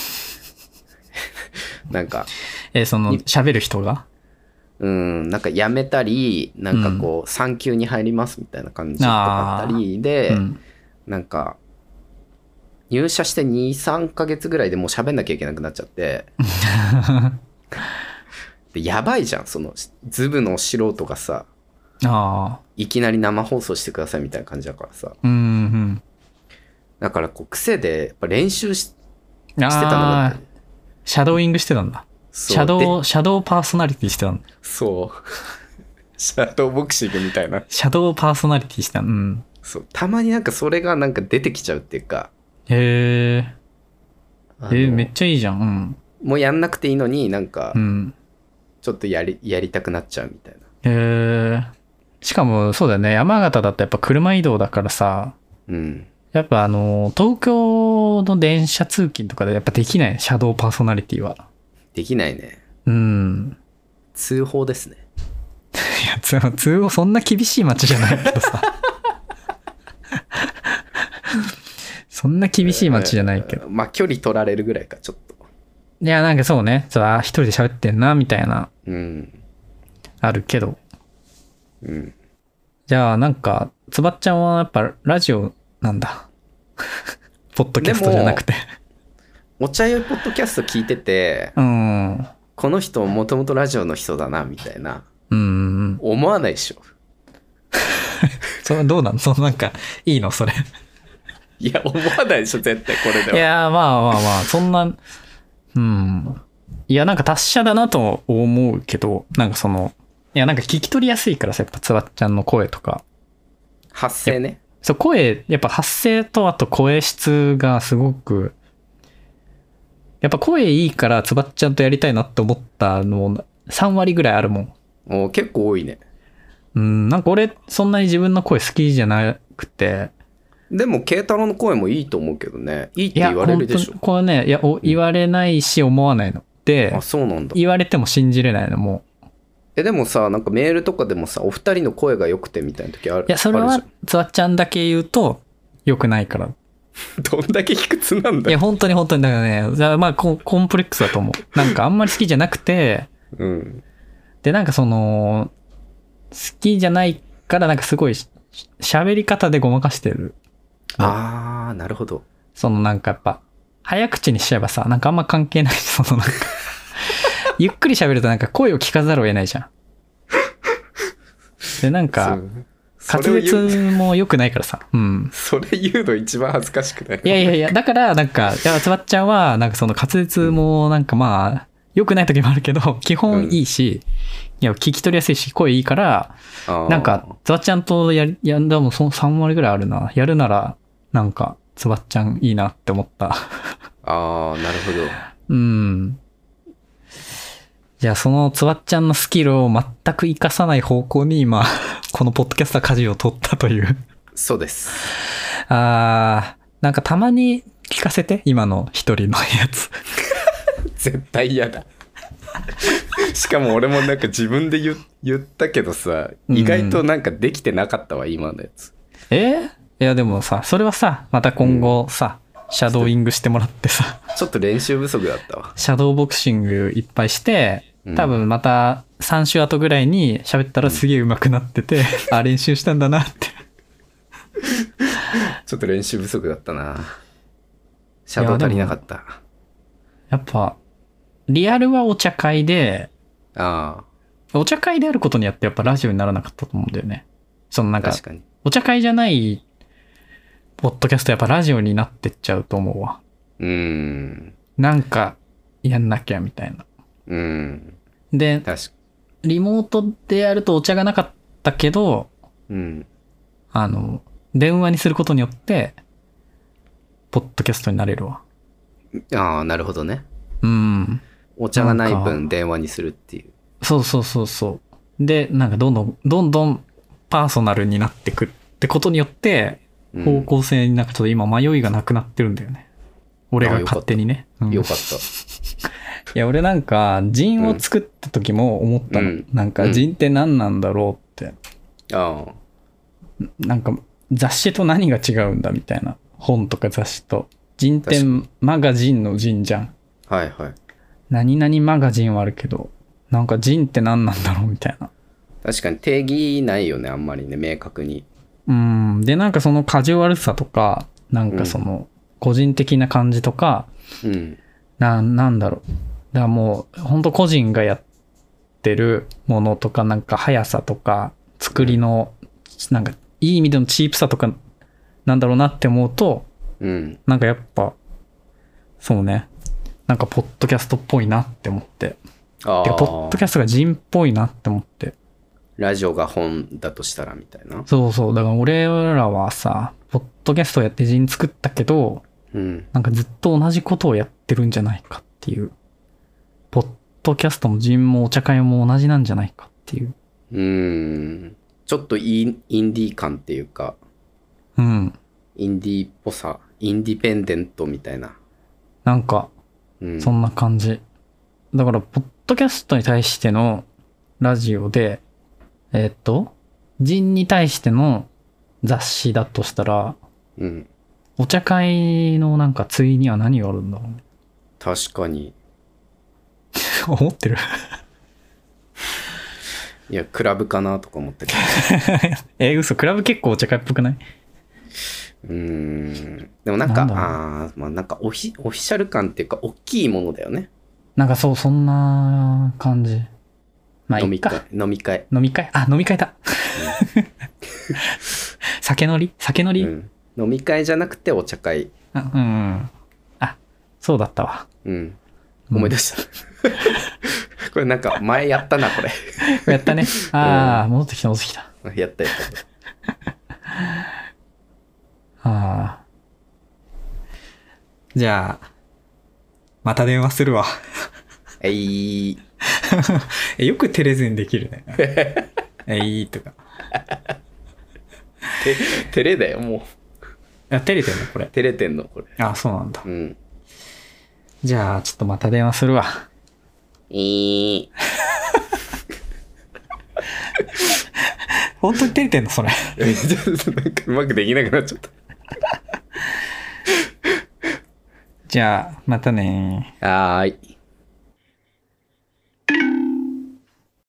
なんかえ、その、喋る人がうんなんかやめたりなんかこう産休に入りますみたいな感じとかあったりで、 うん。 なんか入社してにさんかげつぐらいでもう喋んなきゃいけなくなっちゃってでやばいじゃんそのズブの素人がさああ。 いきなり生放送してくださいみたいな感じだからさ、 うんうん。 だからこう癖でやっぱ練習ししてたのあがあ。シャドーイングしてたんだ。 そうシャドウ、 でシャドウパーソナリティしてたんだ。 そうシャドーボクシングみたいなシャドウパーソナリティしてた。うん。 そうたまになんかそれがなんか出てきちゃうっていうかへえ。 あのえー、めっちゃいいじゃん。うん。 もうやんなくていいのになんかうん。 ちょっとやりやりたくなっちゃうみたいな。 へえ。しかもそうだよね。山形だとやっぱ車移動だからさ、 うんやっぱあの、東京の電車通勤とかでやっぱできない。シャドウパーソナリティは。 できないね。 うん。 通報ですね。 いや、通通報そんな厳しい街じゃないけどさ。そんな厳しい街じゃないけど。 えーまあ距離取られるぐらいかちょっと。 いや、なんかそうね。そう、あ、一人で喋ってんな、みたいな、 うんあるけど。 うん。 じゃあ、なんか、つばっちゃんはやっぱラジオなんだ。ポッドキャストじゃなくて。 お茶酔いポッドキャスト聞いてて、 うん。うんこの人もともとラジオの人だなみたいなうんうん。 思わないでしょ。 それどうなのそのなんか、いいのそれ。 いや思わないでしょ絶対これでは。 いや、まあまあまあ、そんな、うん。いや、なんか達者だなと思うけど、なんかその、いや、なんか聞き取りやすいからさ、やっぱつばっちゃんの声とか。 発声ね。 そう、声、やっぱ発声とあと声質がすごく、やっぱ声いいからつばっちゃんとやりたいなって思ったのさん割ぐらいあるもん。 お結構多いね。 うん、なんか俺、そんなに自分の声好きじゃなくて。 でも慶太郎の声もいいと思うけどね。いいっていや、 言われるでしょ本当に。これね、いや、お言われないし思わないの。であ、そうなんだ。 言われても信じれないの、もう。 えでもさなんかメールとかでもさお二人の声が良くてみたいな時ある。 いや、それはあるつわっちゃんだけ言うと良くないから。 じゃんどんだけ卑屈なんだよ。 いや、本当に本当に。だからね、じゃあまあコン、コンプレックスだと思う。なんかあんまり好きじゃなくて、 うん。 で、なんかその、好きじゃないから、なんかすごいし喋り方でごまかしてる。 あーなるほど。 そのなんかやっぱ、早口にしちゃえばさ、なんかあんま関係ないし、そのなんか、ゆっくり喋るとなんか声を聞かざるを得ないじゃん。で、なんか、滑それを言う舌も良くないからさ。うん。 それ言うの一番恥ずかしくない？ いやいやいや、だから、なんか、いや、つばっちゃんは、なんかその滑舌も、なんかまあ、良くない時もあるけど、基本いいし、いや、聞き取りやすいし、声いいから、 あーなんか、つばっちゃんとやり、やんだもんそのさん割ぐらいあるな。やるなら、なんか、つばっちゃんいいなって思った。 あーなるほど。 うん。じゃあ、そのつばっちゃんのスキルを全く活かさない方向に今、このポッドキャストは舵を取ったという。 そうです。 あー、なんかたまに聞かせて、今の一人のやつ。 絶対嫌だ。しかも俺もなんか自分で言言ったけどさ、意外となんかできてなかったわ、今のやつ。 えー、いやでもさ、それはさ、また今後さ、シャドーイングしてもらってさ、 ちょっと練習不足だったわ。 シャドーボクシングいっぱいして、多分またさん週後ぐらいに喋ったらすげえ上手くなってて、うん、あ、練習したんだなって。 ちょっと練習不足だったな。シャドウ足りなかった。 やっぱ、リアルはお茶会で、 ああ。お茶会であることによってやっぱラジオにならなかったと思うんだよね。そのなんか、 確かにお茶会じゃないポッドキャストやっぱラジオになってっちゃうと思うわ。 うーん。 なんか、やんなきゃみたいな。 うん。 で、 確かリモートでやるとお茶がなかったけど、 うん。 あの、 電話にすることによって、ポッドキャストになれるわ。 ああ、なるほどね。 うん。 お茶がない分電話にするっていう。 そうそうそうそう。で、なんかどんどん、どんどんパーソナルになってくってことによって、方向性になんかちょっと今迷いがなくなってるんだよね。うん、俺が勝手にね。 よかった。うん、よかった。 いや、俺なんか、ジンを作った時も思ったの。うん、なんか、ジンって何なんだろうって。 ああ。 なんか、雑誌と何が違うんだみたいな。本とか雑誌と。ジンってマガジンのジンじゃん。 はいはい。 何々マガジンはあるけど、なんかジンって何なんだろうみたいな。 確かに定義ないよね、あんまりね、明確に。 うん。で、なんかそのカジュアルさとか、なんかその、個人的な感じとか、 うん。 な、なんだろう。だからもう、本当個人がやってるものとか、なんか速さとか、作りの、なんか、いい意味でのチープさとか、なんだろうなって思うと、 うん。 なんかやっぱ、そうね。なんか、ポッドキャストっぽいなって思って。 ああ。 てか、ポッドキャストが人っぽいなって思って。 ラジオが本だとしたらみたいな。 そうそう。だから俺らはさ、ポッドキャストやって人作ったけど、 うん。 なんかずっと同じことをやってるんじゃないかっていう。ポッドキャストも人もお茶会も同じなんじゃないかっていう。 うーん。ちょっとイン、インディー感っていうか。 うん。 インディーっぽさ。インディペンデントみたいな。 なんか、 うん、 そんな感じ。だから、ポッドキャストに対してのラジオで、えー、っと、人に対しての雑誌だとしたら、 うん。 お茶会のなんか対には何があるんだろうね。 確かに。 思ってるいや、クラブかなとか思ってた。 え、嘘、クラブ結構お茶会っぽくない？ うーん。でもなんか、ああ、まあなんかオフィ、オフィシャル感っていうか、大きいものだよね。 なんかそう、そんな感じ。まあいいか。 飲み会。 飲み会。あ、飲み会だ。うん、酒乗り酒乗り、うん、 飲み会じゃなくてお茶会。 あ、うん。あ、そうだったわ。 うん。思い出した。うん、これなんか前やったな、これ。 やったね。ああ、うん、戻ってきた、戻ってきた。 やったやった。 ああ。じゃあ、また電話するわ。 えいー。よく照れずにできるね。えいーとか。 て、照れだよ、もう。 あ、照れてんのこれ。 照れてんのこれ。 あ、そうなんだ。 うん。 じゃあ、ちょっとまた電話するわ。 えー。 本当に照れてんのそれ。 ちょっとなんかうまくできなくなっちゃった。 じゃあ、またねはーい。